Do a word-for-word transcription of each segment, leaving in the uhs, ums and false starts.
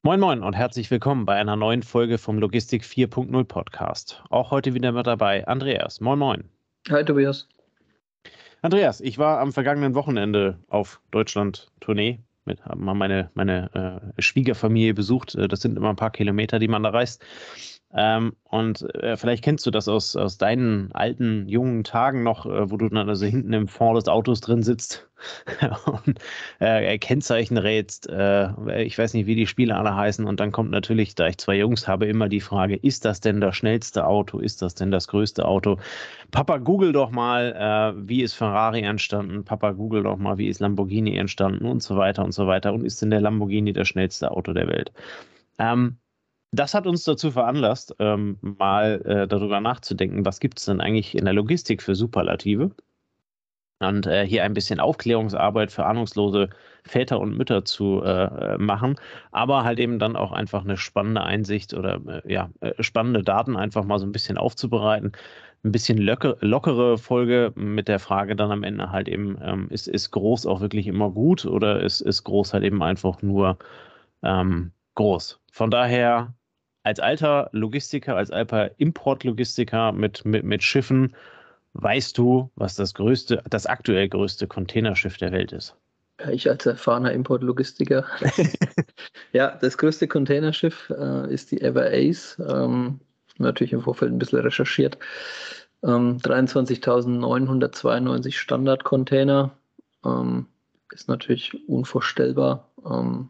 Moin Moin und herzlich willkommen bei einer neuen Folge vom Logistik vier Punkt null Podcast. Auch heute wieder mit dabei Andreas. Moin Moin. Hi Tobias. Andreas, ich war am vergangenen Wochenende auf Deutschland-Tournee. Mit, habe mal meine, meine äh, Schwiegerfamilie besucht. Das sind immer ein paar Kilometer, die man da reist. Ähm, und äh, vielleicht kennst du das aus, aus deinen alten, jungen Tagen noch, äh, wo du dann also hinten im Fond des Autos drin sitzt und äh, Kennzeichen rätst. Äh, ich weiß nicht, wie die Spiele alle heißen. Und dann kommt natürlich, da ich zwei Jungs habe, immer die Frage, ist das denn das schnellste Auto? Ist das denn das größte Auto? Papa, google doch mal, äh, wie ist Ferrari entstanden? Papa, google doch mal, wie ist Lamborghini entstanden? Und so weiter und so weiter. Und ist denn der Lamborghini das schnellste Auto der Welt? Ähm, Das hat uns dazu veranlasst, ähm, mal äh, darüber nachzudenken, was gibt es denn eigentlich in der Logistik für Superlative? Und äh, hier ein bisschen Aufklärungsarbeit für ahnungslose Väter und Mütter zu äh, machen, aber halt eben dann auch einfach eine spannende Einsicht oder äh, ja, äh, spannende Daten einfach mal so ein bisschen aufzubereiten. Ein bisschen locker, lockere Folge mit der Frage dann am Ende halt eben, ähm, ist, ist groß auch wirklich immer gut oder ist, ist groß halt eben einfach nur ähm, groß? Von daher als alter Logistiker, als alter Importlogistiker mit, mit, mit Schiffen, weißt du, was das größte, das aktuell größte Containerschiff der Welt ist? Ja, ich als erfahrener Importlogistiker. Ja, das größte Containerschiff äh, ist die Ever Ace. Ähm, natürlich im Vorfeld ein bisschen recherchiert. Ähm, dreiundzwanzigtausendneunhundertzweiundneunzig Standardcontainer. Ähm, ist natürlich unvorstellbar. Ähm,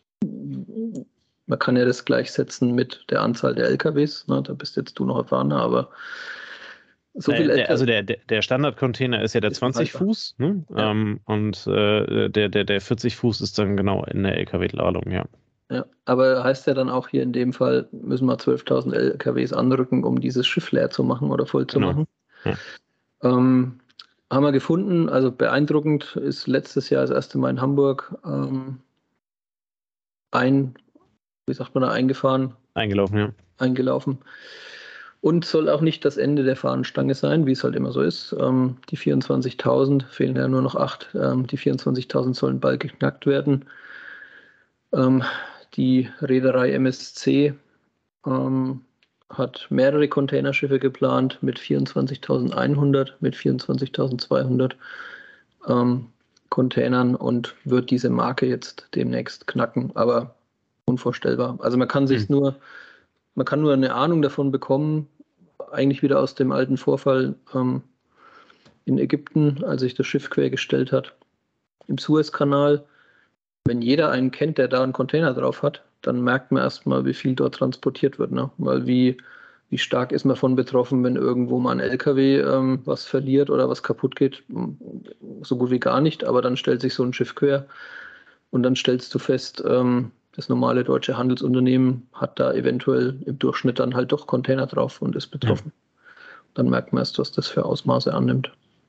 man kann ja das gleichsetzen mit der Anzahl der L K Ws. Ne? Da bist jetzt du noch erfahrener, aber so Äh, viel der, älter. also der, der, der Standardcontainer ist ja der Ist ein zwanzig Halter. Fuß, ne? Ja. Ähm, und äh, der, der, der vierzig Fuß ist dann genau in der L K W-Ladung, ja. Ja, aber heißt ja dann auch hier in dem Fall, müssen wir zwölftausend L K Ws anrücken, um dieses Schiff leer zu machen oder voll zu Genau. machen. Ja. Ähm, haben wir gefunden, also beeindruckend ist letztes Jahr das erste Mal in Hamburg ähm, ein, wie sagt man da, eingefahren, Eingelaufen, ja. eingelaufen. Und soll auch nicht das Ende der Fahnenstange sein, wie es halt immer so ist. Ähm, die vierundzwanzigtausend, fehlen ja nur noch acht, ähm, die vierundzwanzigtausend sollen bald geknackt werden. Ähm, die Reederei M S C ähm, hat mehrere Containerschiffe geplant mit vierundzwanzigtausendeinhundert, mit vierundzwanzigtausendzweihundert ähm, Containern und wird diese Marke jetzt demnächst knacken, aber unvorstellbar. Also man kann sich Hm. nur, man kann nur eine Ahnung davon bekommen, eigentlich wieder aus dem alten Vorfall ähm, in Ägypten, als sich das Schiff quergestellt hat, im Suezkanal. Wenn jeder einen kennt, der da einen Container drauf hat, dann merkt man erstmal, wie viel dort transportiert wird. Ne? Weil wie, wie stark ist man von betroffen, wenn irgendwo mal ein L K W ähm, was verliert oder was kaputt geht? So gut wie gar nicht, aber dann stellt sich so ein Schiff quer und dann stellst du fest, ähm, das normale deutsche Handelsunternehmen hat da eventuell im Durchschnitt dann halt doch Container drauf und ist Ja. betroffen. Dann merkt man erst, was das für Ausmaße annimmt.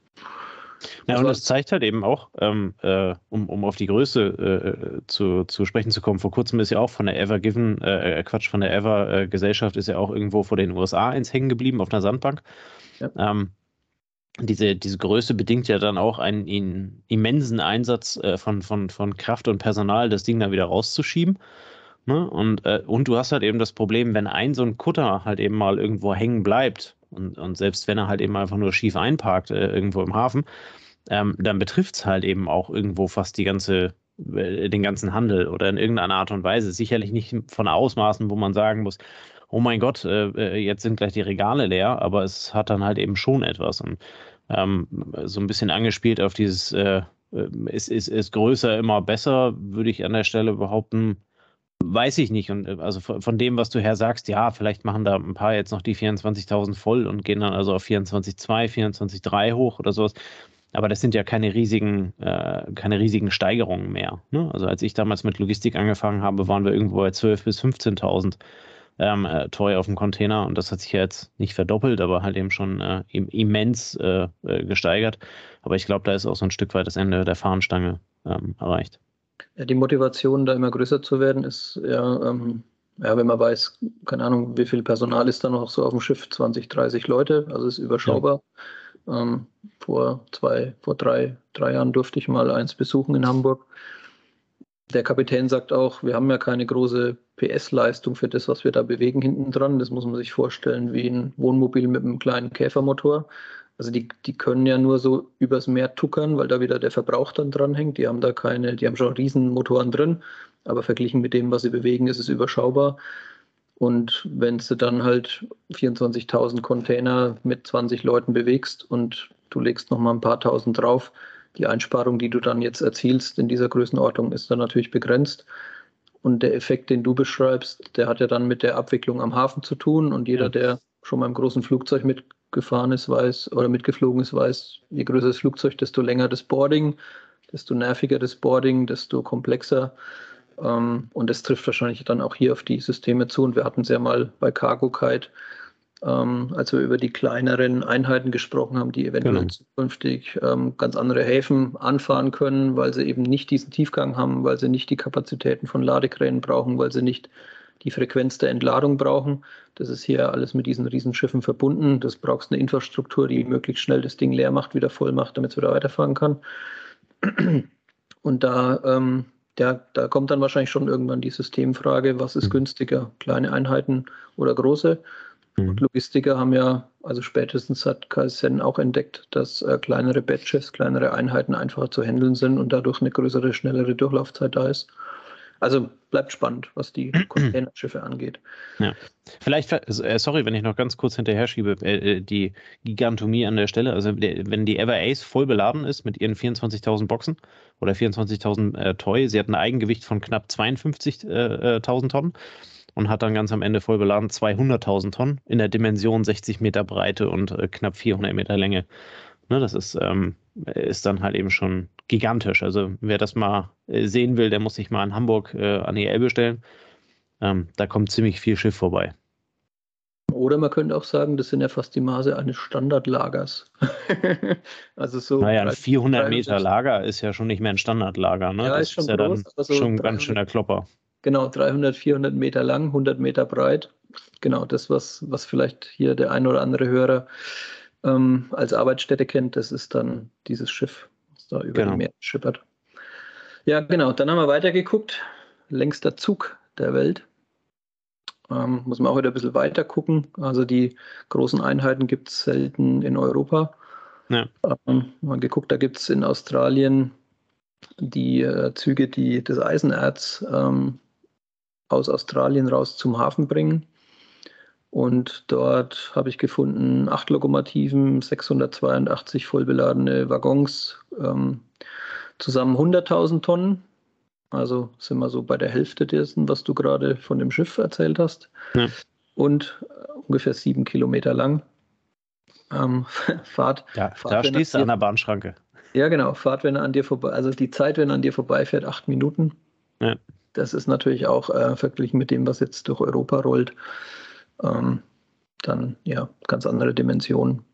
Ja, Das und war es zeigt halt eben auch, ähm, äh, um, um auf die Größe äh, zu, zu sprechen zu kommen, vor kurzem ist ja auch von der Ever Given, äh, Quatsch, von der Ever äh, Gesellschaft ist ja auch irgendwo vor den U S A eins hängen geblieben auf einer Sandbank. ja. Ähm, diese, diese Größe bedingt ja dann auch einen, einen immensen Einsatz äh, von, von, von Kraft und Personal, das Ding da wieder rauszuschieben. Ne? Und, äh, und du hast halt eben das Problem, wenn ein so ein Kutter halt eben mal irgendwo hängen bleibt und, und selbst wenn er halt eben einfach nur schief einparkt äh, irgendwo im Hafen, ähm, dann betrifft es halt eben auch irgendwo fast die ganze, äh, den ganzen Handel oder in irgendeiner Art und Weise. Sicherlich nicht von Ausmaßen, wo man sagen muss, oh mein Gott, äh, äh, jetzt sind gleich die Regale leer, aber es hat dann halt eben schon etwas. Und ähm, so ein bisschen angespielt auf dieses, äh, äh, ist, ist, ist größer immer besser, würde ich an der Stelle behaupten. Weiß ich nicht. Und äh, also von, von dem, was du her sagst, ja, vielleicht machen da ein paar jetzt noch die vierundzwanzigtausend voll und gehen dann also auf vierundzwanzig Komma zwei, vierundzwanzig Komma drei hoch oder sowas. Aber das sind ja keine riesigen, äh, keine riesigen Steigerungen mehr. Ne? Also als ich damals mit Logistik angefangen habe, waren wir irgendwo bei zwölftausend bis fünfzehntausend ähm, äh, Toy auf dem Container und das hat sich ja jetzt nicht verdoppelt, aber halt eben schon äh, im, immens äh, äh, gesteigert. Aber ich glaube, da ist auch so ein Stück weit das Ende der Fahnenstange ähm, erreicht. Ja, die Motivation, da immer größer zu werden, ist ja, ähm, ja, wenn man weiß, keine Ahnung, wie viel Personal ist da noch so auf dem Schiff, zwanzig, dreißig Leute, also ist Ja. überschaubar. Ähm, vor zwei, vor drei, drei Jahren durfte ich mal eins besuchen in Hamburg. Der Kapitän sagt auch, wir haben ja keine große P S-Leistung für das, was wir da bewegen hinten dran. Das muss man sich vorstellen wie ein Wohnmobil mit einem kleinen Käfermotor. Also die, die können ja nur so übers Meer tuckern, weil da wieder der Verbrauch dann dranhängt. Die haben da keine, die haben schon Riesenmotoren drin, aber verglichen mit dem, was sie bewegen, ist es überschaubar. Und wenn du dann halt vierundzwanzigtausend Container mit zwanzig Leuten bewegst und du legst noch mal ein paar tausend drauf, die Einsparung, die du dann jetzt erzielst in dieser Größenordnung, ist dann natürlich begrenzt. Und der Effekt, den du beschreibst, der hat ja dann mit der Abwicklung am Hafen zu tun. Und jeder, Ja. der schon mal im großen Flugzeug mitgefahren ist, weiß oder mitgeflogen ist, weiß, je größer das Flugzeug, desto länger das Boarding, desto nerviger das Boarding, desto komplexer. Ähm, und das trifft wahrscheinlich dann auch hier auf die Systeme zu. Und wir hatten es ja mal bei Cargo Kite, ähm, als wir über die kleineren Einheiten gesprochen haben, die eventuell Genau. zukünftig ähm, ganz andere Häfen anfahren können, weil sie eben nicht diesen Tiefgang haben, weil sie nicht die Kapazitäten von Ladekränen brauchen, weil sie nicht die Frequenz der Entladung brauchen. Das ist hier alles mit diesen Riesenschiffen verbunden. Das brauchst eine Infrastruktur, die möglichst schnell das Ding leer macht, wieder voll macht, damit es wieder weiterfahren kann. Und da, ähm, ja, da kommt dann wahrscheinlich schon irgendwann die Systemfrage, was ist Mhm. günstiger, kleine Einheiten oder große? Und Mhm. Logistiker haben ja, also spätestens hat Kaizen auch entdeckt, dass äh, kleinere Batches, kleinere Einheiten einfacher zu handeln sind und dadurch eine größere, schnellere Durchlaufzeit da ist. Also bleibt spannend, was die Containerschiffe angeht. Ja. Vielleicht, äh, sorry, wenn ich noch ganz kurz hinterher schiebe, äh, die Gigantomie an der Stelle, also der, wenn die Ever Ace voll beladen ist mit ihren vierundzwanzigtausend Boxen oder vierundzwanzigtausend äh, Toy, sie hat ein Eigengewicht von knapp zweiundfünfzigtausend Tonnen und hat dann ganz am Ende voll beladen zweihunderttausend Tonnen in der Dimension sechzig Meter Breite und äh, knapp vierhundert Meter Länge. Ne, das ist, ähm, ist dann halt eben schon gigantisch. Also wer das mal äh, sehen will, der muss sich mal in Hamburg äh, an die Elbe stellen. Ähm, da kommt ziemlich viel Schiff vorbei. Oder man könnte auch sagen, das sind ja fast die Maße eines Standardlagers. Also so Naja, ein vierhundert Meter dreihundert, Lager ist ja schon nicht mehr ein Standardlager, ne? ja, Das ist ist schon ja groß, dann aber so schon ein ganz dreihundert, schöner Klopper. genau, dreihundert, vierhundert Meter lang, hundert Meter breit. Genau, das, was, was vielleicht hier der ein oder andere Hörer ähm, als Arbeitsstätte kennt, das ist dann dieses Schiff, das da über die Genau. Meere schippert. Ja, genau, dann haben wir weitergeguckt. Längster Zug der Welt. Ähm, muss man auch wieder ein bisschen weiter gucken. Also die großen Einheiten gibt es selten in Europa. Ja. Ähm, mal geguckt, da gibt es in Australien die äh, Züge, die das Eisenerz ähm, aus Australien raus zum Hafen bringen. Und dort habe ich gefunden acht Lokomotiven, sechshundertzweiundachtzig vollbeladene Waggons, ähm, zusammen hunderttausend Tonnen. Also sind wir so bei der Hälfte dessen, was du gerade von dem Schiff erzählt hast. Ja. Und äh, ungefähr sieben Kilometer lang. Ähm, Fahrt, Da, Fahrt, da wenn er stehst du dir, an der Bahnschranke. ja genau, Fahrt, wenn er an dir vorbei, also die Zeit, wenn er an dir vorbeifährt, acht Minuten. Ja. Das ist natürlich auch äh, verglichen mit dem, was jetzt durch Europa rollt, ähm, dann ja ganz andere Dimensionen.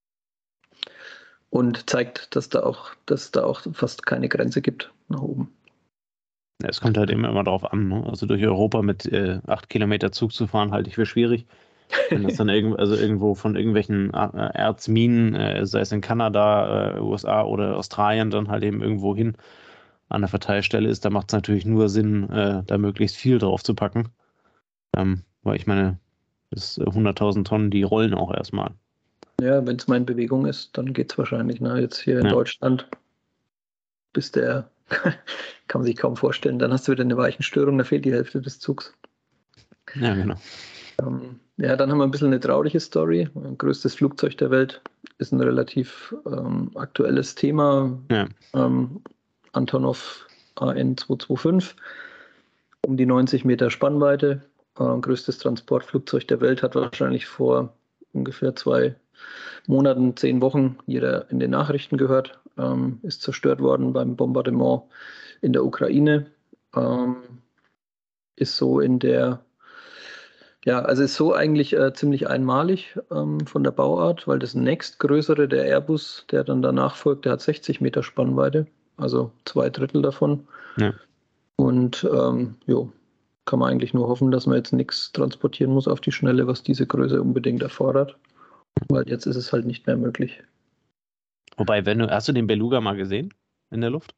Und zeigt, dass da auch, dass da auch fast keine Grenze gibt nach oben. Es kommt halt immer, immer drauf an. Ne? Also durch Europa mit äh, acht Kilometer Zug zu fahren, halte ich für schwierig. Wenn das dann irgend, also irgendwo von irgendwelchen äh, Erzminen, äh, sei es in Kanada, äh, U S A oder Australien, dann halt eben irgendwo hin an der Verteilstelle ist, da macht es natürlich nur Sinn, äh, da möglichst viel drauf zu packen. Ähm, weil ich meine, das äh, hunderttausend Tonnen, die rollen auch erstmal. Ja, wenn es mal in Bewegung ist, dann geht es wahrscheinlich. Ne? Jetzt hier in Ja. Deutschland, bis der, kann man sich kaum vorstellen, dann hast du wieder eine Weichenstörung, da fehlt die Hälfte des Zugs. Ja, genau. Ähm, ja, dann haben wir ein bisschen eine traurige Story. Mein größtes Flugzeug der Welt ist ein relativ ähm, aktuelles Thema. Ja. Ähm, Antonov A N zweihunderfünfundzwanzig, um die neunzig Meter Spannweite. Äh, größtes Transportflugzeug der Welt, hat wahrscheinlich vor ungefähr zwei Monaten, zehn Wochen jeder in den Nachrichten gehört. Ähm, ist zerstört worden beim Bombardement in der Ukraine. Ähm, ist so in der Ja, also ist so eigentlich äh, ziemlich einmalig ähm, von der Bauart, weil das nächstgrößere, der Airbus, der dann danach folgt, der hat sechzig Meter Spannweite, also zwei Drittel davon. Ja. Und ähm, jo, kann man eigentlich nur hoffen, dass man jetzt nichts transportieren muss auf die Schnelle, was diese Größe unbedingt erfordert, weil jetzt ist es halt nicht mehr möglich. Wobei, wenn du, hast du den Beluga mal gesehen in der Luft?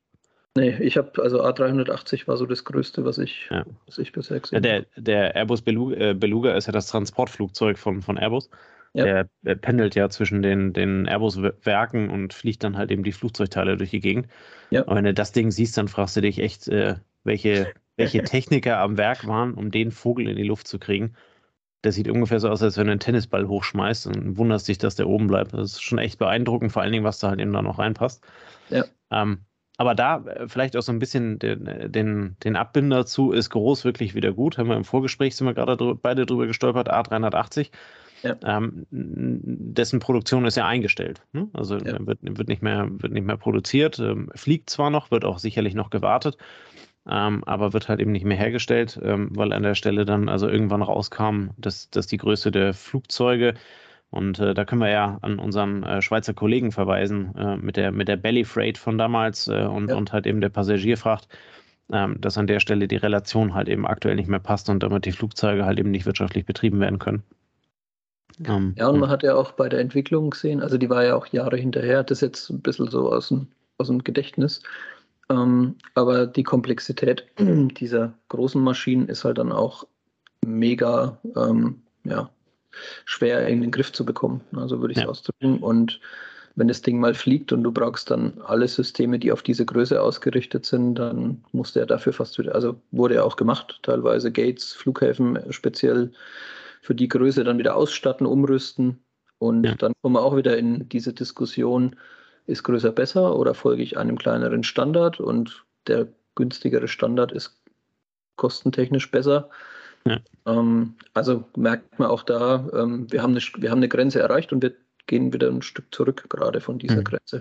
Nee, ich habe, also A dreihundertachtzig war so das Größte, was ich, Ja. was ich bisher Ja, gesehen der, habe. der Airbus Beluga, äh, Beluga ist ja das Transportflugzeug von, von Airbus. Ja, Der, der pendelt ja zwischen den, den Airbus-Werken und fliegt dann halt eben die Flugzeugteile durch die Gegend. ja. Aber wenn du das Ding siehst, dann fragst du dich echt, äh, welche, welche Techniker am Werk waren, um den Vogel in die Luft zu kriegen. Das sieht ungefähr so aus, als wenn du einen Tennisball hochschmeißt und wunderst dich, dass der oben bleibt. Das ist schon echt beeindruckend, vor allen Dingen, was da halt eben da noch reinpasst. Ja, Ähm, aber da äh, vielleicht auch so ein bisschen den, den, den Abbinder zu, ist groß wirklich wieder gut. Haben wir im Vorgespräch, sind wir gerade drü beide drüber gestolpert, A dreihundertachtzig. ja, Ähm, dessen Produktion ist ja eingestellt. Ne? Also ja. wird, wird, nicht mehr, wird nicht mehr produziert, ähm, fliegt zwar noch, wird auch sicherlich noch gewartet, ähm, aber wird halt eben nicht mehr hergestellt, ähm, weil an der Stelle dann also irgendwann rauskam, dass, dass die Größe der Flugzeuge und äh, da können wir ja an unseren äh, Schweizer Kollegen verweisen, äh, mit der, mit der Belly Freight von damals äh, und, Ja. und halt eben der Passagierfracht, ähm, dass an der Stelle die Relation halt eben aktuell nicht mehr passt und damit die Flugzeuge halt eben nicht wirtschaftlich betrieben werden können. Ähm, Ja, und ja. man hat ja auch bei der Entwicklung gesehen, also die war ja auch Jahre hinterher, das ist jetzt ein bisschen so aus dem, aus dem Gedächtnis. Ähm, aber die Komplexität dieser großen Maschinen ist halt dann auch mega ähm, ja, schwer in den Griff zu bekommen, also würde ich es Ja. ausdrücken. Und wenn das Ding mal fliegt und du brauchst dann alle Systeme, die auf diese Größe ausgerichtet sind, dann musst du ja dafür fast wieder, also wurde ja auch gemacht, teilweise Gates, Flughäfen speziell für die Größe dann wieder ausstatten, umrüsten. Ja. Und dann kommen wir auch wieder in diese Diskussion, ist größer besser oder folge ich einem kleineren Standard? Und der günstigere Standard ist kostentechnisch besser. Ja. Ähm, also merkt man auch da, ähm, wir haben eine, wir haben eine Grenze erreicht und wir gehen wieder ein Stück zurück, gerade von dieser Mhm. Grenze.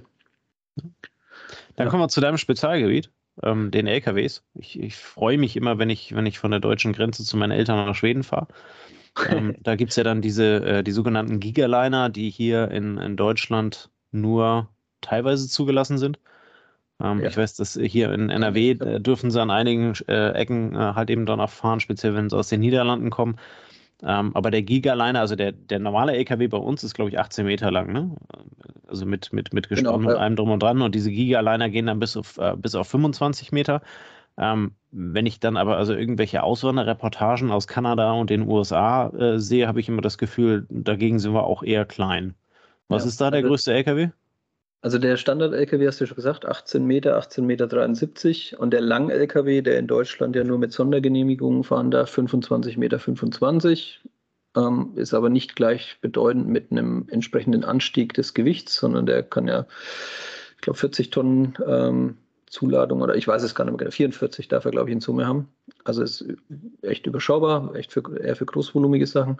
Dann Ja. kommen wir zu deinem Spezialgebiet, ähm, den L K Ws. Ich, ich freue mich immer, wenn ich, wenn ich von der deutschen Grenze zu meinen Eltern nach Schweden fahre. Ähm, da gibt es ja dann diese, äh, die sogenannten Gigaliner, die hier in, in Deutschland nur teilweise zugelassen sind. Ähm, Ja. ich weiß, dass hier in N R W äh, dürfen sie an einigen äh, Ecken äh, halt eben dann auch fahren, speziell wenn sie aus den Niederlanden kommen. Ähm, aber der Gigaliner, also der, der normale L K W bei uns ist, glaube ich, achtzehn Meter lang, ne? Also mit, mit, mit Genau, Gespann und ja. allem drum und dran. Und diese Gigaliner gehen dann bis auf, äh, bis auf fünfundzwanzig Meter. Ähm, wenn ich dann aber also irgendwelche Auswanderreportagen aus Kanada und den U S A äh, sehe, habe ich immer das Gefühl, dagegen sind wir auch eher klein. Was Ja. ist da der Also, größte L K W? also der Standard-L K W hast du schon gesagt, achtzehn Meter, achtzehn Meter dreiundsiebzig. Und der Lang-L K W, der in Deutschland ja nur mit Sondergenehmigungen fahren darf, fünfundzwanzig Meter fünfundzwanzig. Ähm, ist aber nicht gleichbedeutend mit einem entsprechenden Anstieg des Gewichts, sondern der kann ja, ich glaube, vierzig Tonnen ähm, Zuladung oder ich weiß es gar nicht mehr genau, vierundvierzig darf er, glaube ich, in Summe haben. Also ist echt überschaubar, echt für, eher für großvolumige Sachen.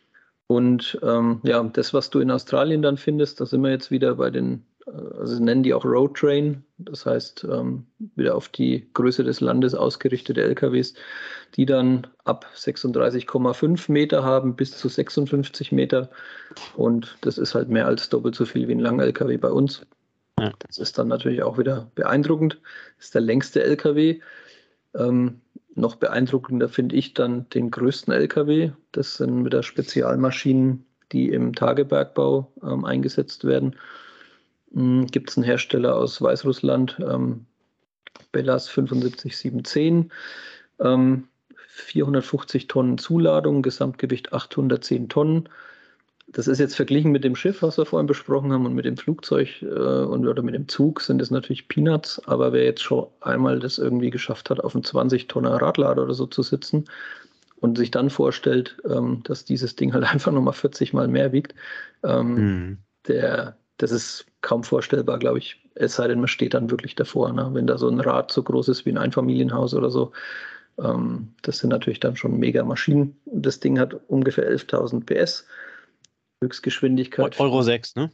Und ähm, ja, das, was du in Australien dann findest, da sind wir jetzt wieder bei den, äh, also sie nennen die auch Road Train, das heißt ähm, wieder auf die Größe des Landes ausgerichtete L K Ws, die dann ab sechsunddreißig Komma fünf Meter haben bis zu sechsundfünfzig Meter. Und das ist halt mehr als doppelt so viel wie ein Lang-L K W bei uns. Ja. Das ist dann natürlich auch wieder beeindruckend. Das ist der längste L K W. Ähm, noch beeindruckender finde ich dann den größten L K W. Das sind wieder Spezialmaschinen, die im Tagebergbau ähm, eingesetzt werden. Ähm, Gibt es einen Hersteller aus Weißrussland, ähm, Bellas fünfundsiebzig siebenhundertzehn, ähm, vierhundertfünfzig Tonnen Zuladung, Gesamtgewicht achthundertzehn Tonnen. Das ist jetzt verglichen mit dem Schiff, was wir vorhin besprochen haben, und mit dem Flugzeug äh, und, oder mit dem Zug sind es natürlich Peanuts, aber wer jetzt schon einmal das irgendwie geschafft hat, auf einem zwanzig Tonner Radlader oder so zu sitzen und sich dann vorstellt, ähm, dass dieses Ding halt einfach nochmal vierzig Mal mehr wiegt, ähm, Mhm. der, das ist kaum vorstellbar, glaube ich, es sei denn, man steht dann wirklich davor. Ne? Wenn da so ein Rad so groß ist wie ein Einfamilienhaus oder so, ähm, das sind natürlich dann schon mega Maschinen. Das Ding hat ungefähr elftausend P S. Höchstgeschwindigkeit. Euro sechs, ne?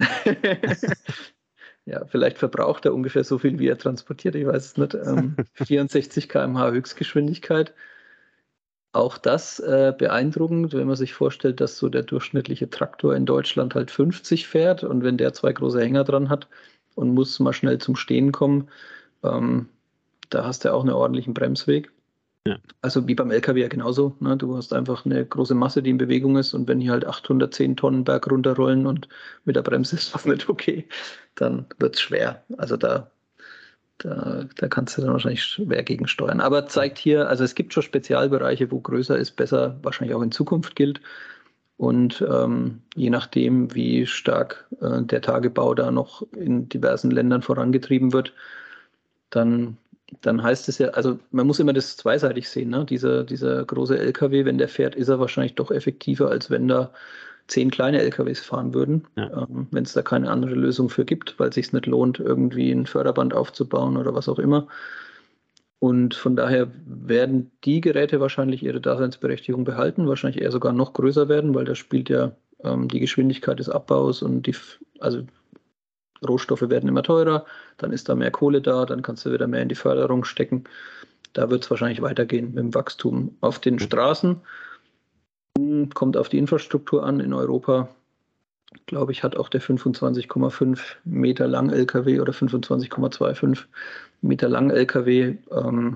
Ja, vielleicht verbraucht er ungefähr so viel, wie er transportiert, ich weiß es nicht. Ähm, vierundsechzig Kilometer pro Stunde Höchstgeschwindigkeit. Auch das äh, beeindruckend, wenn man sich vorstellt, dass so der durchschnittliche Traktor in Deutschland halt fünfzig fährt und wenn der zwei große Hänger dran hat und muss mal schnell zum Stehen kommen, ähm, da hast du auch einen ordentlichen Bremsweg. Ja. Also wie beim L K W ja genauso. Ne? Du hast einfach eine große Masse, die in Bewegung ist und wenn hier halt achthundertzehn Tonnen Berg runterrollen und mit der Bremse ist das nicht okay, dann wird es schwer. Also da Da, da kannst du dann wahrscheinlich schwer gegensteuern. Aber zeigt hier, also es gibt schon Spezialbereiche, wo größer ist, besser wahrscheinlich auch in Zukunft gilt. Und ähm, je nachdem, wie stark äh, der Tagebau da noch in diversen Ländern vorangetrieben wird, dann, dann heißt es ja, also man muss immer das zweiseitig sehen. Ne? Dieser, dieser große L K W, wenn der fährt, ist er wahrscheinlich doch effektiver, als wenn da zehn kleine L K Ws fahren würden, ja. ähm, wenn es da keine andere Lösung für gibt, weil es sich nicht lohnt, irgendwie ein Förderband aufzubauen oder was auch immer. Und von daher werden die Geräte wahrscheinlich ihre Daseinsberechtigung behalten, wahrscheinlich eher sogar noch größer werden, weil da spielt ja ähm, die Geschwindigkeit des Abbaus und die, also Rohstoffe werden immer teurer, dann ist da mehr Kohle da, dann kannst du wieder mehr in die Förderung stecken. Da wird es wahrscheinlich weitergehen mit dem Wachstum. Auf den Straßen kommt auf die Infrastruktur an. In Europa, glaube ich, hat auch der fünfundzwanzig Komma fünf Meter lang L K W oder fünfundzwanzig Komma fünfundzwanzig Meter lang L K W ähm,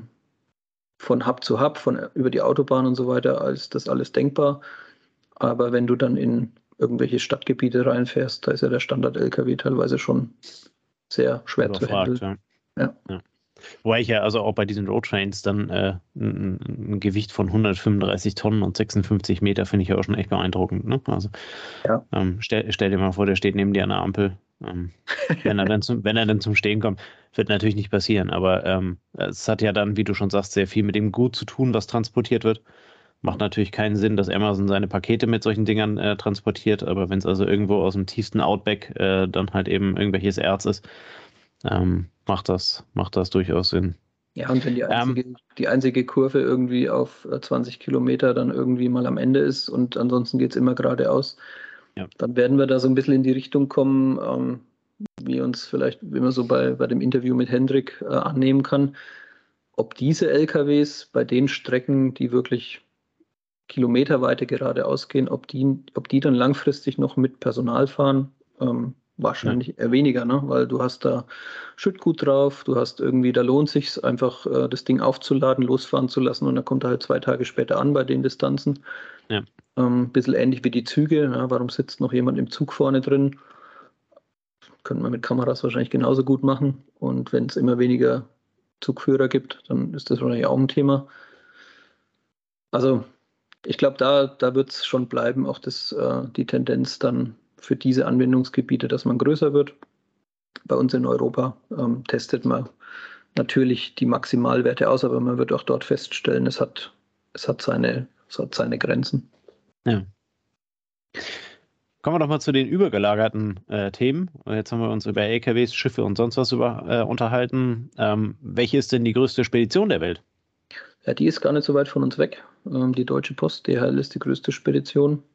von Hub zu Hub, von über die Autobahn und so weiter, als das alles denkbar. Aber wenn du dann in irgendwelche Stadtgebiete reinfährst, da ist ja der Standard-L K W teilweise schon sehr schwer zu handeln. Ja. Ja. Ja. Wobei ich ja also auch bei diesen Roadtrains dann äh, ein, ein Gewicht von hundertfünfunddreißig Tonnen und sechsundfünfzig Meter finde ich ja auch schon echt beeindruckend. Ne? Also ja. ähm, stell, stell dir mal vor, der steht neben dir an der Ampel. Ähm, wenn, er dann zum, wenn er dann zum Stehen kommt, wird natürlich nicht passieren. Aber ähm, es hat ja dann, wie du schon sagst, sehr viel mit dem Gut zu tun, was transportiert wird. Macht natürlich keinen Sinn, dass Amazon seine Pakete mit solchen Dingern äh, transportiert. Aber wenn es also irgendwo aus dem tiefsten Outback äh, dann halt eben irgendwelches Erz ist, Ähm, macht das, macht das durchaus Sinn. Ja, und wenn die einzige, ähm, die einzige Kurve irgendwie auf zwanzig Kilometer dann irgendwie mal am Ende ist und ansonsten geht es immer geradeaus, ja. Dann werden wir da so ein bisschen in die Richtung kommen, ähm, wie uns vielleicht, wie man so bei, bei dem Interview mit Hendrik äh, annehmen kann, ob diese L K Ws bei den Strecken, die wirklich kilometerweite geradeaus gehen, ob die, ob die dann langfristig noch mit Personal fahren, ähm, wahrscheinlich ja. eher weniger, ne? Weil du hast da Schüttgut drauf, du hast irgendwie, da lohnt es sich einfach, äh, das Ding aufzuladen, losfahren zu lassen und dann kommt er halt zwei Tage später an bei den Distanzen. Ja. Ähm, bisschen ähnlich wie die Züge. Ja? Warum sitzt noch jemand im Zug vorne drin? Könnte man mit Kameras wahrscheinlich genauso gut machen. Und wenn es immer weniger Zugführer gibt, dann ist das wahrscheinlich auch ein Thema. Also ich glaube, da, da wird es schon bleiben, auch das, äh, die Tendenz dann für diese Anwendungsgebiete, dass man größer wird. Bei uns in Europa ähm, testet man natürlich die Maximalwerte aus, aber man wird auch dort feststellen, es hat, es hat, seine, es hat seine Grenzen. Ja. Kommen wir doch mal zu den übergelagerten äh, Themen. Jetzt haben wir uns über L K Ws, Schiffe und sonst was über, äh, unterhalten. Ähm, welche ist denn die größte Spedition der Welt? Ja, die ist gar nicht so weit von uns weg. Ähm, die Deutsche Post, D H L, ist die größte Spedition.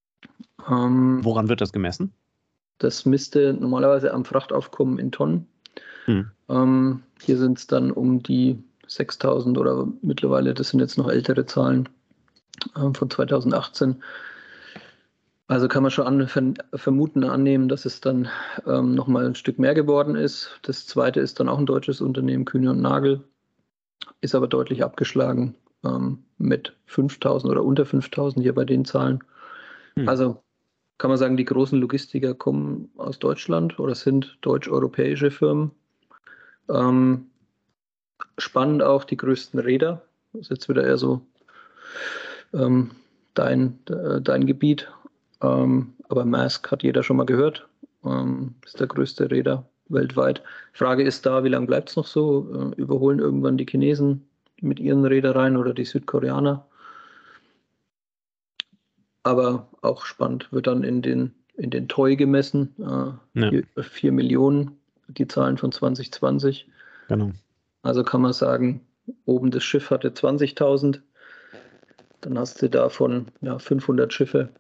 Ähm, Woran wird das gemessen? Das misste normalerweise am Frachtaufkommen in Tonnen. Hm. Ähm, hier sind es dann um die sechstausend oder mittlerweile, das sind jetzt noch ältere Zahlen ähm, von zweitausendachtzehn. Also kann man schon an, ver, vermuten, annehmen, dass es dann ähm, nochmal ein Stück mehr geworden ist. Das zweite ist dann auch ein deutsches Unternehmen, Kühne und Nagel, ist aber deutlich abgeschlagen ähm, mit fünftausend oder unter fünftausend hier bei den Zahlen. Hm. Also kann man sagen, die großen Logistiker kommen aus Deutschland oder sind deutsch-europäische Firmen. Ähm, spannend auch die größten Räder. Das ist jetzt wieder eher so ähm, dein, äh, dein Gebiet. Ähm, aber Maersk hat jeder schon mal gehört. Ähm, ist der größte Räder weltweit. Frage ist da, wie lange bleibt es noch so? Äh, überholen irgendwann die Chinesen mit ihren Reedereien oder die Südkoreaner? Aber auch spannend, wird dann in den, in den Toy gemessen. Äh, ja. Über vier Millionen, die Zahlen von zwanzig zwanzig. Genau. Also kann man sagen, oben das Schiff hatte zwanzigtausend. Dann hast du davon ja, fünfhundert Schiffe.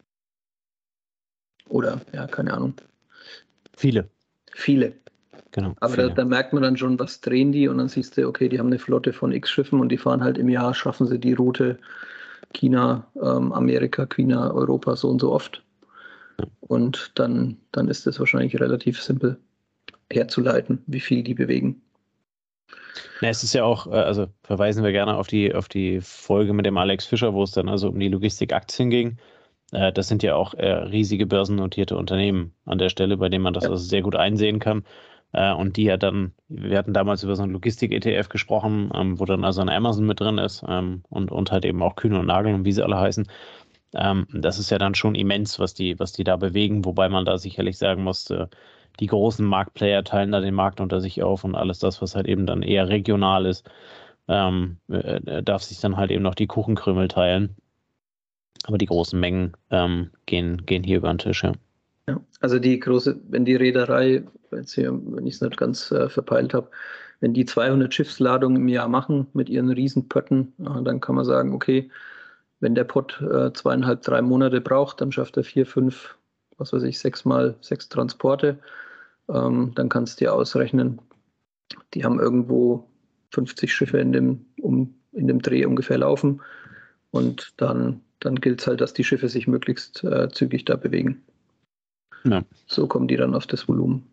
Oder, ja, keine Ahnung. Viele. Viele. Genau. Aber viele. Da, da merkt man dann schon, was drehen die und dann siehst du, okay, die haben eine Flotte von X Schiffen und die fahren halt im Jahr, schaffen sie die Route China, ähm, Amerika, China, Europa so und so oft. Ja. Und dann, dann ist es wahrscheinlich relativ simpel herzuleiten, wie viel die bewegen. Na, es ist ja auch, also verweisen wir gerne auf die, auf die Folge mit dem Alex Fischer, wo es dann also um die Logistikaktien ging. Das sind ja auch riesige börsennotierte Unternehmen an der Stelle, bei denen man das ja. also sehr gut einsehen kann. Äh, und die ja dann, wir hatten damals über so einen Logistik-E T F gesprochen, ähm, wo dann also ein Amazon mit drin ist ähm, und, und halt eben auch Kühne und Nagel und wie sie alle heißen. Ähm, das ist ja dann schon immens, was die, was die da bewegen, wobei man da sicherlich sagen muss, äh, die großen Marktplayer teilen da den Markt unter sich auf und alles das, was halt eben dann eher regional ist, ähm, äh, darf sich dann halt eben noch die Kuchenkrümel teilen. Aber die großen Mengen ähm, gehen, gehen hier über den Tisch, ja. Ja, also die große, wenn die Reederei, jetzt hier, wenn ich es nicht ganz äh, verpeilt habe, wenn die zweihundert Schiffsladungen im Jahr machen mit ihren Riesenpötten, äh, dann kann man sagen, okay, wenn der Pott äh, zweieinhalb, drei Monate braucht, dann schafft er vier, fünf, was weiß ich, sechs mal sechs Transporte. Ähm, dann kannst du dir ausrechnen, die haben irgendwo fünfzig Schiffe in dem, um, in dem Dreh ungefähr laufen. Und dann, dann gilt es halt, dass die Schiffe sich möglichst äh, zügig da bewegen. Ja. So kommen die dann auf das Volumen.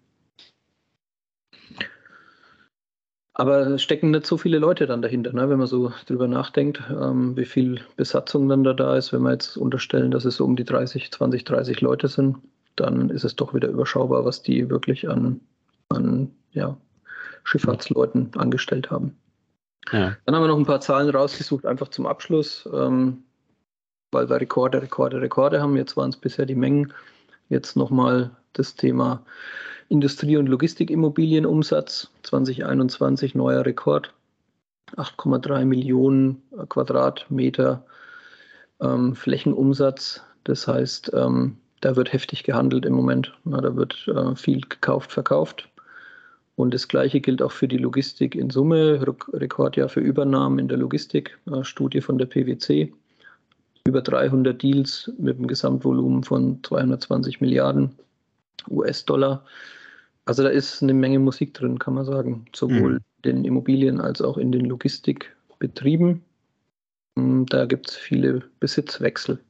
Aber es stecken nicht so viele Leute dann dahinter, ne? Wenn man so drüber nachdenkt, ähm, wie viel Besatzung dann da, da ist. Wenn wir jetzt unterstellen, dass es so um die dreißig, zwanzig, dreißig Leute sind, dann ist es doch wieder überschaubar, was die wirklich an, an ja, Schifffahrtsleuten angestellt haben. Ja. Dann haben wir noch ein paar Zahlen rausgesucht, einfach zum Abschluss, ähm, weil wir Rekorde, Rekorde, Rekorde haben. Jetzt waren es bisher die Mengen. Jetzt nochmal das Thema Industrie- und Logistikimmobilienumsatz zwanzig einundzwanzig, neuer Rekord, acht Komma drei Millionen Quadratmeter ähm, Flächenumsatz. Das heißt, ähm, da wird heftig gehandelt im Moment. Na, da wird äh, viel gekauft, verkauft. Und das Gleiche gilt auch für die Logistik in Summe. Rekordjahr für Übernahmen in der Logistik, äh, Studie von der P W C. Über dreihundert Deals mit einem Gesamtvolumen von zweihundertzwanzig Milliarden U S-Dollar. Also da ist eine Menge Musik drin, kann man sagen. Sowohl Mhm. in den Immobilien als auch in den Logistikbetrieben. Da gibt es viele Besitzwechsel.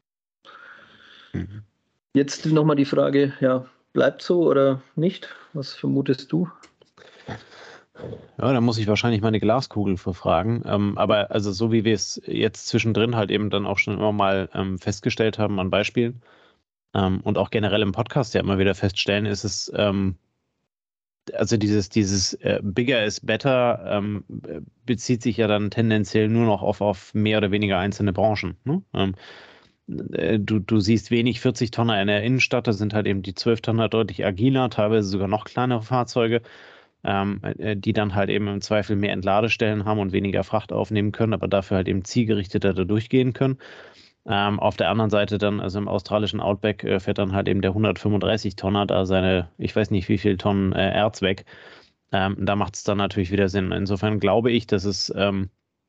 Mhm. Jetzt nochmal die Frage, ja, bleibt so oder nicht? Was vermutest du? Ja, da muss ich wahrscheinlich meine Glaskugel verfragen. Ähm, aber also so wie wir es jetzt zwischendrin halt eben dann auch schon immer mal ähm, festgestellt haben an Beispielen ähm, und auch generell im Podcast ja immer wieder feststellen, ist es, ähm, also dieses, dieses äh, Bigger is better ähm, bezieht sich ja dann tendenziell nur noch auf, auf mehr oder weniger einzelne Branchen. Ne? Ähm, äh, du, du siehst wenig vierzig Tonner in der Innenstadt, da sind halt eben die zwölf Tonner deutlich agiler, teilweise sogar noch kleinere Fahrzeuge. Ähm, äh, die dann halt eben im Zweifel mehr Entladestellen haben und weniger Fracht aufnehmen können, aber dafür halt eben zielgerichteter da durchgehen können. Ähm, auf der anderen Seite dann, also im australischen Outback, äh, fährt dann halt eben der hundertfünfunddreißig Tonner da seine, ich weiß nicht wie viel Tonnen äh, Erz weg. Ähm, da macht es dann natürlich wieder Sinn. Insofern glaube ich, dass es ähm,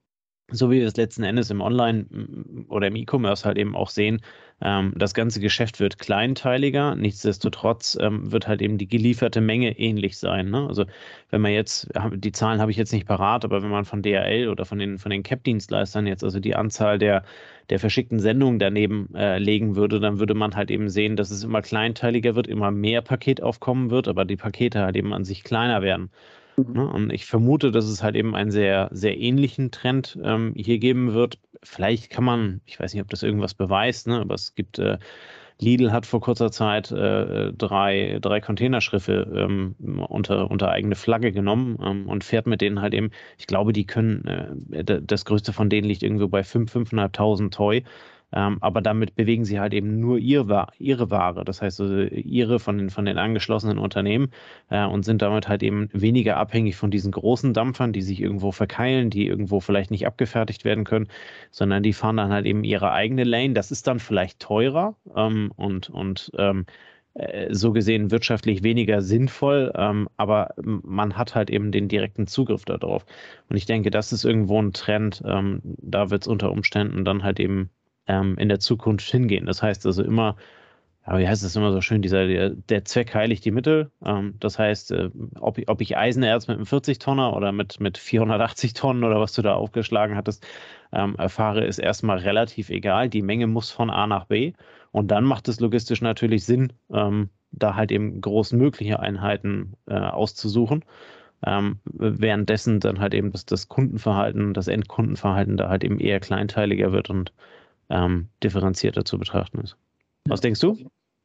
so wie wir es letzten Endes im Online- oder im E-Commerce halt eben auch sehen, ähm, das ganze Geschäft wird kleinteiliger. Nichtsdestotrotz ähm, wird halt eben die gelieferte Menge ähnlich sein. Ne? Also wenn man jetzt, die Zahlen habe ich jetzt nicht parat, aber wenn man von D H L oder von den, von den C A P-Dienstleistern jetzt also die Anzahl der, der verschickten Sendungen daneben äh, legen würde, dann würde man halt eben sehen, dass es immer kleinteiliger wird, immer mehr Paketaufkommen wird, aber die Pakete halt eben an sich kleiner werden. Ne? Und ich vermute, dass es halt eben einen sehr, sehr ähnlichen Trend ähm, hier geben wird. Vielleicht kann man, ich weiß nicht, ob das irgendwas beweist, ne? Aber es gibt, äh, Lidl hat vor kurzer Zeit äh, drei, drei Containerschiffe ähm, unter, unter eigene Flagge genommen ähm, und fährt mit denen halt eben, ich glaube, die können, äh, das größte von denen liegt irgendwo bei fünf, fünftausendfünfhundert Toy. Ähm, aber damit bewegen sie halt eben nur ihr, ihre Ware, das heißt also ihre von den, von den angeschlossenen Unternehmen äh, und sind damit halt eben weniger abhängig von diesen großen Dampfern, die sich irgendwo verkeilen, die irgendwo vielleicht nicht abgefertigt werden können, sondern die fahren dann halt eben ihre eigene Lane. Das ist dann vielleicht teurer ähm, und, und ähm, äh, so gesehen wirtschaftlich weniger sinnvoll, ähm, aber man hat halt eben den direkten Zugriff darauf. Und ich denke, das ist irgendwo ein Trend, ähm, da wird es unter Umständen dann halt eben ähm, in der Zukunft hingehen. Das heißt also immer, ja, wie heißt es immer so schön, dieser, der, der Zweck heiligt die Mittel. Ähm, das heißt, äh, ob, ich- ob ich Eisenerz mit einem vierzig Tonner oder mit, mit vierhundertachtzig Tonnen oder was du da aufgeschlagen hattest, ähm, erfahre, ist erstmal relativ egal. Die Menge muss von A nach B. Und dann macht es logistisch natürlich Sinn, ähm, da halt eben großmögliche Einheiten äh, auszusuchen. Ähm, währenddessen dann halt eben das, das Kundenverhalten, das Endkundenverhalten da halt eben eher kleinteiliger wird und ähm, differenzierter zu betrachten ist. Was denkst du?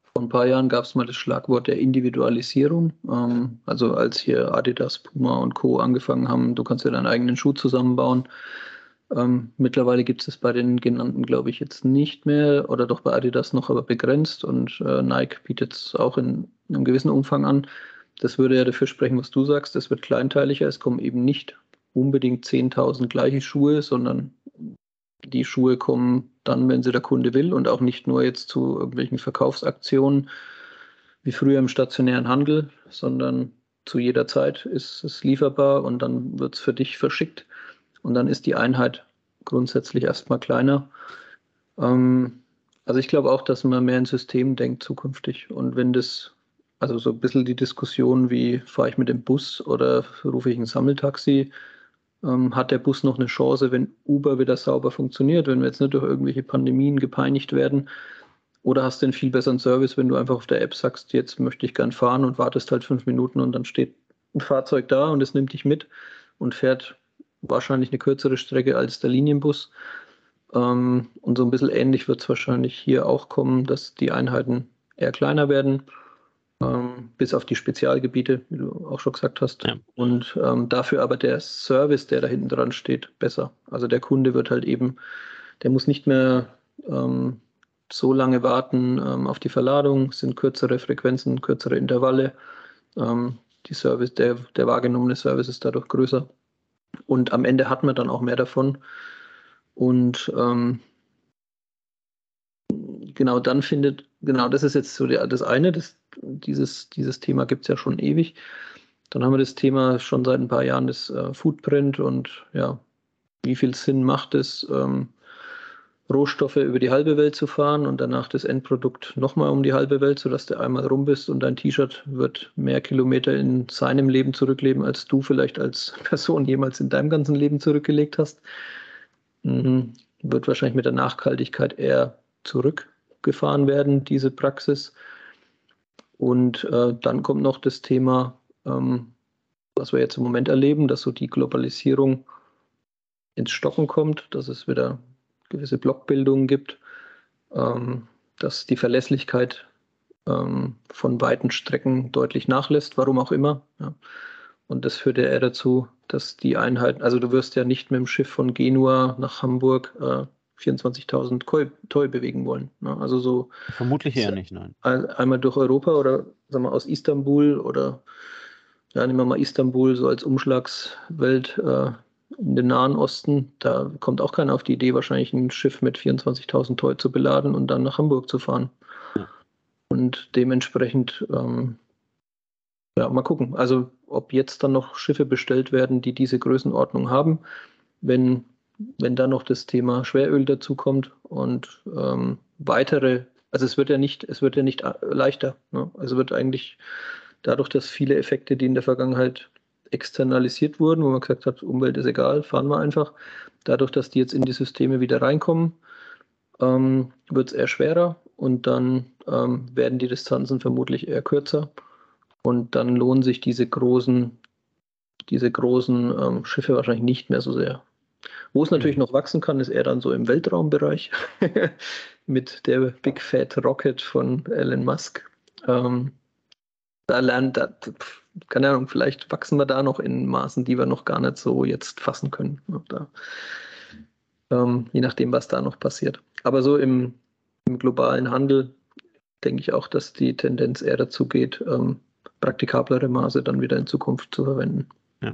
Vor ein paar Jahren gab es mal das Schlagwort der Individualisierung. Ähm, also als hier Adidas, Puma und Co. angefangen haben, du kannst ja deinen eigenen Schuh zusammenbauen. Ähm, mittlerweile gibt es es bei den genannten, glaube ich, jetzt nicht mehr oder doch bei Adidas noch, aber begrenzt. Und äh, Nike bietet es auch in einem gewissen Umfang an. Das würde ja dafür sprechen, was du sagst. Es wird kleinteiliger. Es kommen eben nicht unbedingt zehntausend gleiche Schuhe, sondern die Schuhe kommen dann, wenn sie der Kunde will und auch nicht nur jetzt zu irgendwelchen Verkaufsaktionen wie früher im stationären Handel, sondern zu jeder Zeit ist es lieferbar und dann wird es für dich verschickt und dann ist die Einheit grundsätzlich erstmal kleiner. Ähm, also ich glaube auch, dass man mehr in Systemen denkt zukünftig und wenn das, also so ein bisschen die Diskussion, wie fahre ich mit dem Bus oder rufe ich ein Sammeltaxi, ähm, hat der Bus noch eine Chance, wenn Uber wieder sauber funktioniert, wenn wir jetzt nicht durch irgendwelche Pandemien gepeinigt werden? Oder hast du einen viel besseren Service, wenn du einfach auf der App sagst, jetzt möchte ich gern fahren und wartest halt fünf Minuten und dann steht ein Fahrzeug da und es nimmt dich mit und fährt wahrscheinlich eine kürzere Strecke als der Linienbus. Ähm, und so ein bisschen ähnlich wird es wahrscheinlich hier auch kommen, dass die Einheiten eher kleiner werden. Ähm, bis auf die Spezialgebiete, wie du auch schon gesagt hast. Ja. Und ähm, dafür aber der Service, der da hinten dran steht, besser. Also der Kunde wird halt eben, der muss nicht mehr ähm, so lange warten ähm, auf die Verladung, es sind kürzere Frequenzen, kürzere Intervalle. Ähm, die Service, der, der wahrgenommene Service ist dadurch größer. Und am Ende hat man dann auch mehr davon. Und ähm, genau dann findet, genau das ist jetzt so der, das eine, das, dieses, dieses Thema gibt es ja schon ewig. Dann haben wir das Thema schon seit ein paar Jahren, das äh, Footprint und ja, wie viel Sinn macht es, ähm, Rohstoffe über die halbe Welt zu fahren und danach das Endprodukt nochmal um die halbe Welt, sodass du einmal rum bist und dein T-Shirt wird mehr Kilometer in seinem Leben zurückleben, als du vielleicht als Person jemals in deinem ganzen Leben zurückgelegt hast. Mhm. Wird wahrscheinlich mit der Nachhaltigkeit eher zurückgefahren werden, diese Praxis. Und äh, dann kommt noch das Thema, ähm, was wir jetzt im Moment erleben, dass so die Globalisierung ins Stocken kommt, dass es wieder gewisse Blockbildungen gibt, ähm, dass die Verlässlichkeit ähm, von weiten Strecken deutlich nachlässt, warum auch immer. Ja. Und das führt ja eher dazu, dass die Einheiten, also du wirst ja nicht mit dem Schiff von Genua nach Hamburg äh, vierundzwanzigtausend Toy bewegen wollen. Ne? Also so vermutlich eher nicht, nein. Einmal durch Europa oder sagen wir aus Istanbul oder ja, nehmen wir mal Istanbul so als Umschlagswelt äh, in den Nahen Osten. Da kommt auch keiner auf die Idee, wahrscheinlich ein Schiff mit vierundzwanzigtausend Toy zu beladen und dann nach Hamburg zu fahren. Ja. Und dementsprechend, ähm, ja, mal gucken. Also ob jetzt dann noch Schiffe bestellt werden, die diese Größenordnung haben, wenn, wenn da noch das Thema Schweröl dazu kommt und ähm, weitere, also es wird ja nicht, es wird ja nicht leichter. Ne? Also wird eigentlich dadurch, dass viele Effekte, die in der Vergangenheit externalisiert wurden, wo man gesagt hat, Umwelt ist egal, fahren wir einfach, dadurch, dass die jetzt in die Systeme wieder reinkommen, ähm, wird es eher schwerer und dann ähm, werden die Distanzen vermutlich eher kürzer und dann lohnen sich diese großen, diese großen ähm, Schiffe wahrscheinlich nicht mehr so sehr. Wo es natürlich mhm. noch wachsen kann, ist eher dann so im Weltraumbereich mit der Big Fat Rocket von Elon Musk. Ähm, da lernt, da, keine Ahnung, vielleicht wachsen wir da noch in Maßen, die wir noch gar nicht so jetzt fassen können. Da, ähm, je nachdem, was da noch passiert. Aber so im, im globalen Handel denke ich auch, dass die Tendenz eher dazu geht, ähm, praktikablere Maße dann wieder in Zukunft zu verwenden. Ja.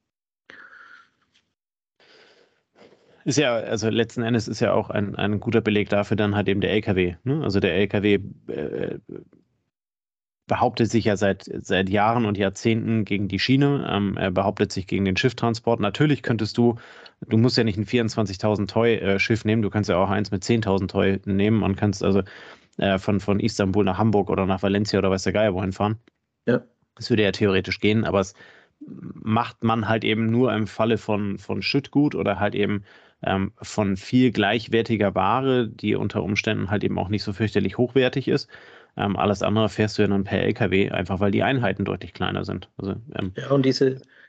Ist ja, also letzten Endes ist ja auch ein, ein guter Beleg dafür dann halt eben der L K W. Ne? Also der L K W äh, behauptet sich ja seit, seit Jahren und Jahrzehnten gegen die Schiene. Ähm, er behauptet sich gegen den Schifftransport. Natürlich könntest du, du musst ja nicht ein vierundzwanzigtausend Toy äh, Schiff nehmen, du kannst ja auch eins mit zehntausend Toy nehmen und kannst also äh, von, von Istanbul nach Hamburg oder nach Valencia oder weiß der Geier wohin fahren. Ja. Das würde ja theoretisch gehen, aber es macht man halt eben nur im Falle von, von Schüttgut oder halt eben ähm, von viel gleichwertiger Ware, die unter Umständen halt eben auch nicht so fürchterlich hochwertig ist. Ähm, alles andere fährst du ja dann per L K W, einfach weil die Einheiten deutlich kleiner sind. Also, ähm, ja, und diese,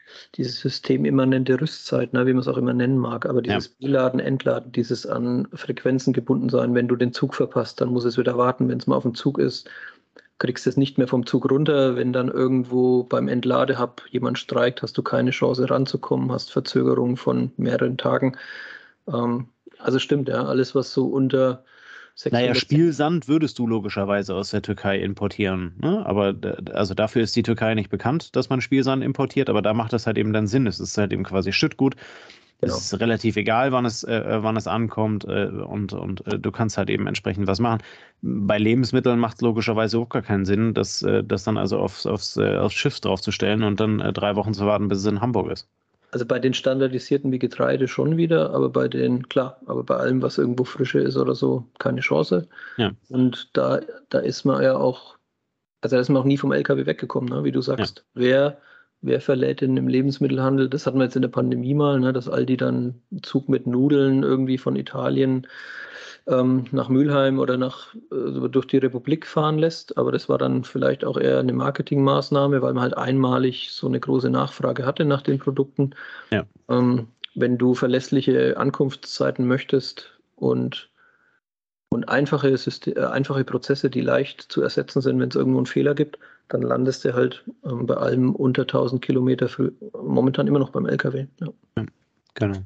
diese systemimmanente Rüstzeit, ne, wie man es auch immer nennen mag, aber dieses ja. Beladen, Entladen, dieses an Frequenzen gebunden sein, wenn du den Zug verpasst, dann muss es wieder warten, wenn es mal auf dem Zug ist, kriegst du es nicht mehr vom Zug runter, wenn dann irgendwo beim Entladehub jemand streikt, hast du keine Chance ranzukommen, hast Verzögerungen von mehreren Tagen. Ähm, also stimmt, ja, alles was so unter Naja, Spielsand würdest du logischerweise aus der Türkei importieren, ne? Aber also dafür ist die Türkei nicht bekannt, dass man Spielsand importiert, aber da macht das halt eben dann Sinn. Es ist halt eben quasi Schüttgut. Genau. Es ist relativ egal, wann es, äh, wann es ankommt äh, und, und äh, du kannst halt eben entsprechend was machen. Bei Lebensmitteln macht es logischerweise auch gar keinen Sinn, das, äh, das dann also aufs, aufs, äh, aufs Schiff draufzustellen und dann äh, drei Wochen zu warten, bis es in Hamburg ist. Also bei den standardisierten wie Getreide schon wieder, aber bei den, klar, aber bei allem, was irgendwo frische ist oder so, keine Chance. Ja. Und da, da ist man ja auch, also da ist man auch nie vom L K W weggekommen, ne? Wie du sagst. Ja. Wer, wer verlädt denn im Lebensmittelhandel? Das hatten wir jetzt in der Pandemie mal, ne? Dass Aldi dann einen Zug mit Nudeln irgendwie von Italien ähm, nach Mülheim oder nach, äh, durch die Republik fahren lässt. Aber das war dann vielleicht auch eher eine Marketingmaßnahme, weil man halt einmalig so eine große Nachfrage hatte nach den Produkten. Ja. Ähm, wenn du verlässliche Ankunftszeiten möchtest und, und einfache, System, äh, einfache Prozesse, die leicht zu ersetzen sind, wenn es irgendwo einen Fehler gibt, dann landest du halt ähm, bei allem unter tausend Kilometer für, momentan immer noch beim L K W. Ja. Ja, genau.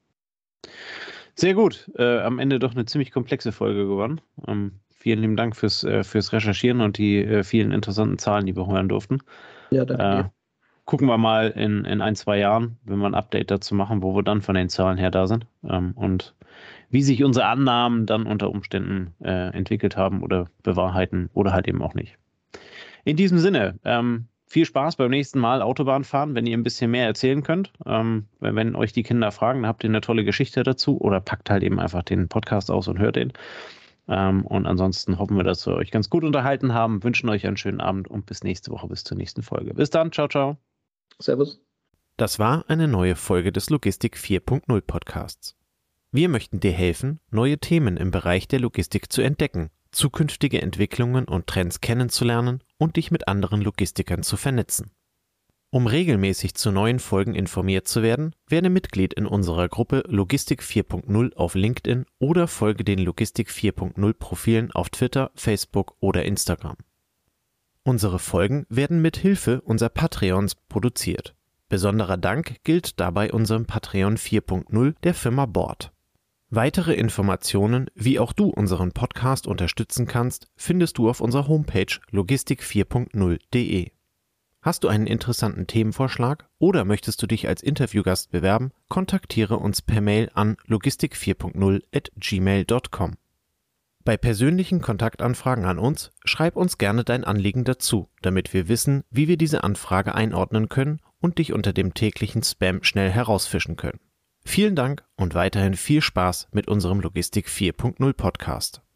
Sehr gut. Äh, am Ende doch eine ziemlich komplexe Folge geworden. Ähm, vielen lieben Dank fürs, äh, fürs Recherchieren und die äh, vielen interessanten Zahlen, die wir hören durften. Ja, danke. Äh, gucken wir mal in, in ein, zwei Jahren, wenn wir ein Update dazu machen, wo wir dann von den Zahlen her da sind ähm, und wie sich unsere Annahmen dann unter Umständen äh, entwickelt haben oder bewahrheiten oder halt eben auch nicht. In diesem Sinne, ähm, viel Spaß beim nächsten Mal Autobahn fahren, wenn ihr ein bisschen mehr erzählen könnt. Ähm, wenn euch die Kinder fragen, dann habt ihr eine tolle Geschichte dazu oder packt halt eben einfach den Podcast aus und hört den. Ähm, und ansonsten hoffen wir, dass wir euch ganz gut unterhalten haben, wünschen euch einen schönen Abend und bis nächste Woche, bis zur nächsten Folge. Bis dann, ciao, ciao. Servus. Das war eine neue Folge des Logistik vier Punkt null Podcasts. Wir möchten dir helfen, neue Themen im Bereich der Logistik zu entdecken, zukünftige Entwicklungen und Trends kennenzulernen und dich mit anderen Logistikern zu vernetzen. Um regelmäßig zu neuen Folgen informiert zu werden, werde Mitglied in unserer Gruppe Logistik vier Punkt null auf LinkedIn oder folge den Logistik vier Punkt null Profilen auf Twitter, Facebook oder Instagram. Unsere Folgen werden mit Hilfe unserer Patreons produziert. Besonderer Dank gilt dabei unserem Patreon vier Punkt null der Firma Board. Weitere Informationen, wie auch du unseren Podcast unterstützen kannst, findest du auf unserer Homepage logistik vier Punkt null punkt de. Hast du einen interessanten Themenvorschlag oder möchtest du dich als Interviewgast bewerben, kontaktiere uns per Mail an logistik vier Punkt null at gmail punkt com. Bei persönlichen Kontaktanfragen an uns, schreib uns gerne dein Anliegen dazu, damit wir wissen, wie wir diese Anfrage einordnen können und dich unter dem täglichen Spam schnell herausfischen können. Vielen Dank und weiterhin viel Spaß mit unserem Logistik vier Punkt null Podcast.